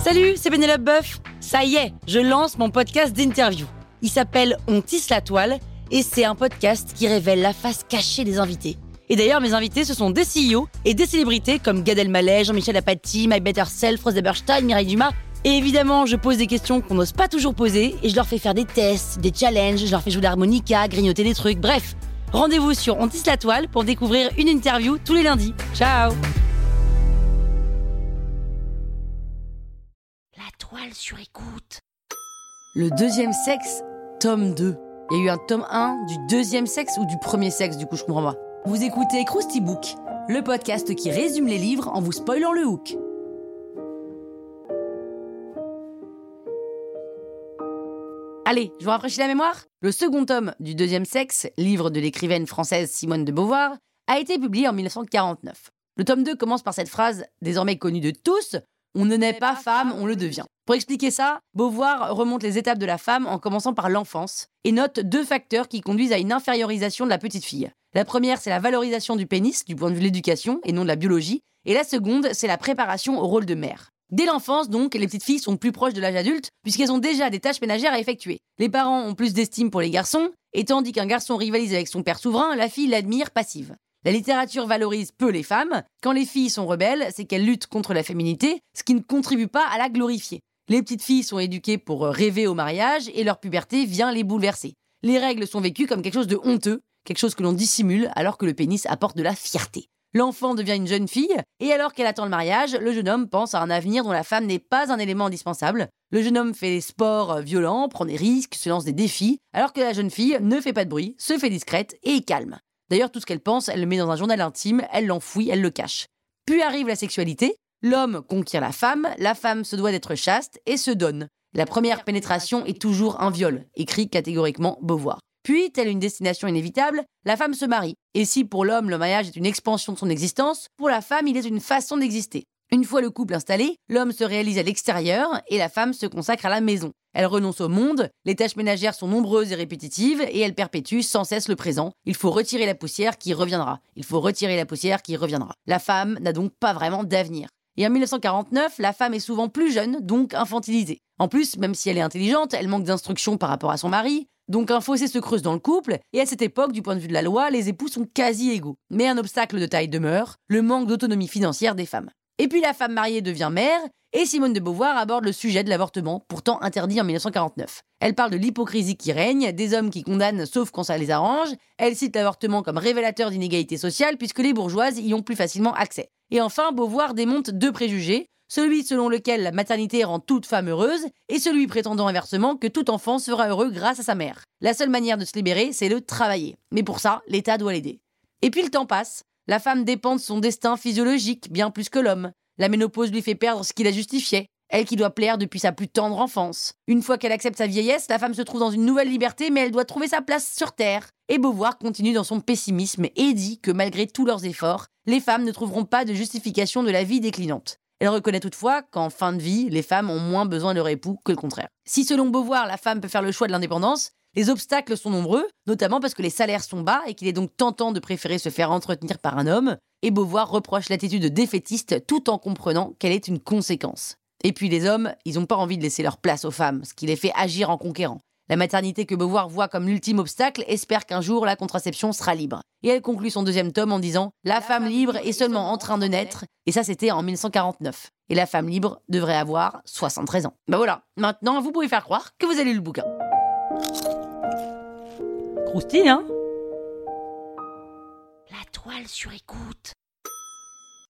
Salut, c'est Pénélope Boeuf. Ça y est, je lance mon podcast d'interview. Il s'appelle On tisse la toile et c'est un podcast qui révèle la face cachée des invités. Et d'ailleurs, mes invités, ce sont des CEO et des célébrités comme Gad Elmaleh, Jean-Michel Apathy, My Better Self, Rose Eberstein, Mireille Dumas. Et évidemment, je pose des questions qu'on n'ose pas toujours poser et je leur fais faire des tests, des challenges, je leur fais jouer de l'harmonica, grignoter des trucs, bref. Rendez-vous sur On tisse la toile pour découvrir une interview tous les lundis. Ciao! La toile sur écoute. Le deuxième sexe, tome 2. Il y a eu un tome 1 du deuxième sexe ou du premier sexe, du coup je comprends pas. Vous écoutez Krusty Book, le podcast qui résume les livres en vous spoilant le hook. Allez, je vous rafraîchis la mémoire. Le second tome du deuxième sexe, livre de l'écrivaine française Simone de Beauvoir, a été publié en 1949. Le tome 2 commence par cette phrase désormais connue de tous: on ne naît pas femme, on le devient. Pour expliquer ça, Beauvoir remonte les étapes de la femme en commençant par l'enfance et note 2 facteurs qui conduisent à une infériorisation de la petite fille. La première, c'est la valorisation du pénis du point de vue de l'éducation et non de la biologie. Et la seconde, c'est la préparation au rôle de mère. Dès l'enfance, donc, les petites filles sont plus proches de l'âge adulte puisqu'elles ont déjà des tâches ménagères à effectuer. Les parents ont plus d'estime pour les garçons et tandis qu'un garçon rivalise avec son père souverain, la fille l'admire passive. La littérature valorise peu les femmes. Quand les filles sont rebelles, c'est qu'elles luttent contre la féminité, ce qui ne contribue pas à la glorifier. Les petites filles sont éduquées pour rêver au mariage et leur puberté vient les bouleverser. Les règles sont vécues comme quelque chose de honteux, quelque chose que l'on dissimule alors que le pénis apporte de la fierté. L'enfant devient une jeune fille et alors qu'elle attend le mariage, le jeune homme pense à un avenir dont la femme n'est pas un élément indispensable. Le jeune homme fait des sports violents, prend des risques, se lance des défis, alors que la jeune fille ne fait pas de bruit, se fait discrète et est calme. D'ailleurs, tout ce qu'elle pense, elle le met dans un journal intime, elle l'enfouit, elle le cache. Puis arrive la sexualité. L'homme conquiert la femme se doit d'être chaste et se donne. La première pénétration est toujours un viol, écrit catégoriquement Beauvoir. Puis, telle une destination inévitable, la femme se marie. Et si pour l'homme, le mariage est une expansion de son existence, pour la femme, il est une façon d'exister. Une fois le couple installé, l'homme se réalise à l'extérieur et la femme se consacre à la maison. Elle renonce au monde, les tâches ménagères sont nombreuses et répétitives et elle perpétue sans cesse le présent. Il faut retirer la poussière qui reviendra. Il faut retirer la poussière qui reviendra. La femme n'a donc pas vraiment d'avenir. Et en 1949, la femme est souvent plus jeune, donc infantilisée. En plus, même si elle est intelligente, elle manque d'instruction par rapport à son mari, donc un fossé se creuse dans le couple, et à cette époque, du point de vue de la loi, les époux sont quasi égaux. Mais un obstacle de taille demeure, le manque d'autonomie financière des femmes. Et puis la femme mariée devient mère, et Simone de Beauvoir aborde le sujet de l'avortement, pourtant interdit en 1949. Elle parle de l'hypocrisie qui règne, des hommes qui condamnent sauf quand ça les arrange. Elle cite l'avortement comme révélateur d'inégalité sociale puisque les bourgeoises y ont plus facilement accès. Et enfin, Beauvoir démonte 2 préjugés, celui selon lequel la maternité rend toute femme heureuse et celui prétendant inversement que tout enfant sera heureux grâce à sa mère. La seule manière de se libérer, c'est de travailler. Mais pour ça, l'État doit l'aider. Et puis le temps passe. La femme dépend de son destin physiologique bien plus que l'homme. La ménopause lui fait perdre ce qui la justifiait. Elle qui doit plaire depuis sa plus tendre enfance. Une fois qu'elle accepte sa vieillesse, la femme se trouve dans une nouvelle liberté, mais elle doit trouver sa place sur Terre. Et Beauvoir continue dans son pessimisme et dit que malgré tous leurs efforts, les femmes ne trouveront pas de justification de la vie déclinante. Elle reconnaît toutefois qu'en fin de vie, les femmes ont moins besoin de leur époux que le contraire. Si selon Beauvoir, la femme peut faire le choix de l'indépendance, les obstacles sont nombreux, notamment parce que les salaires sont bas et qu'il est donc tentant de préférer se faire entretenir par un homme. Et Beauvoir reproche l'attitude défaitiste tout en comprenant qu'elle est une conséquence. Et puis les hommes, ils n'ont pas envie de laisser leur place aux femmes, ce qui les fait agir en conquérant. La maternité que Beauvoir voit comme l'ultime obstacle espère qu'un jour la contraception sera libre. Et elle conclut son 2e tome en disant « La femme libre est seulement en train de naître », et ça c'était en 1949. Et la femme libre devrait avoir 73 ans. Ben voilà, maintenant vous pouvez faire croire que vous avez lu le bouquin. Croustille, hein ? La toile sur écoute.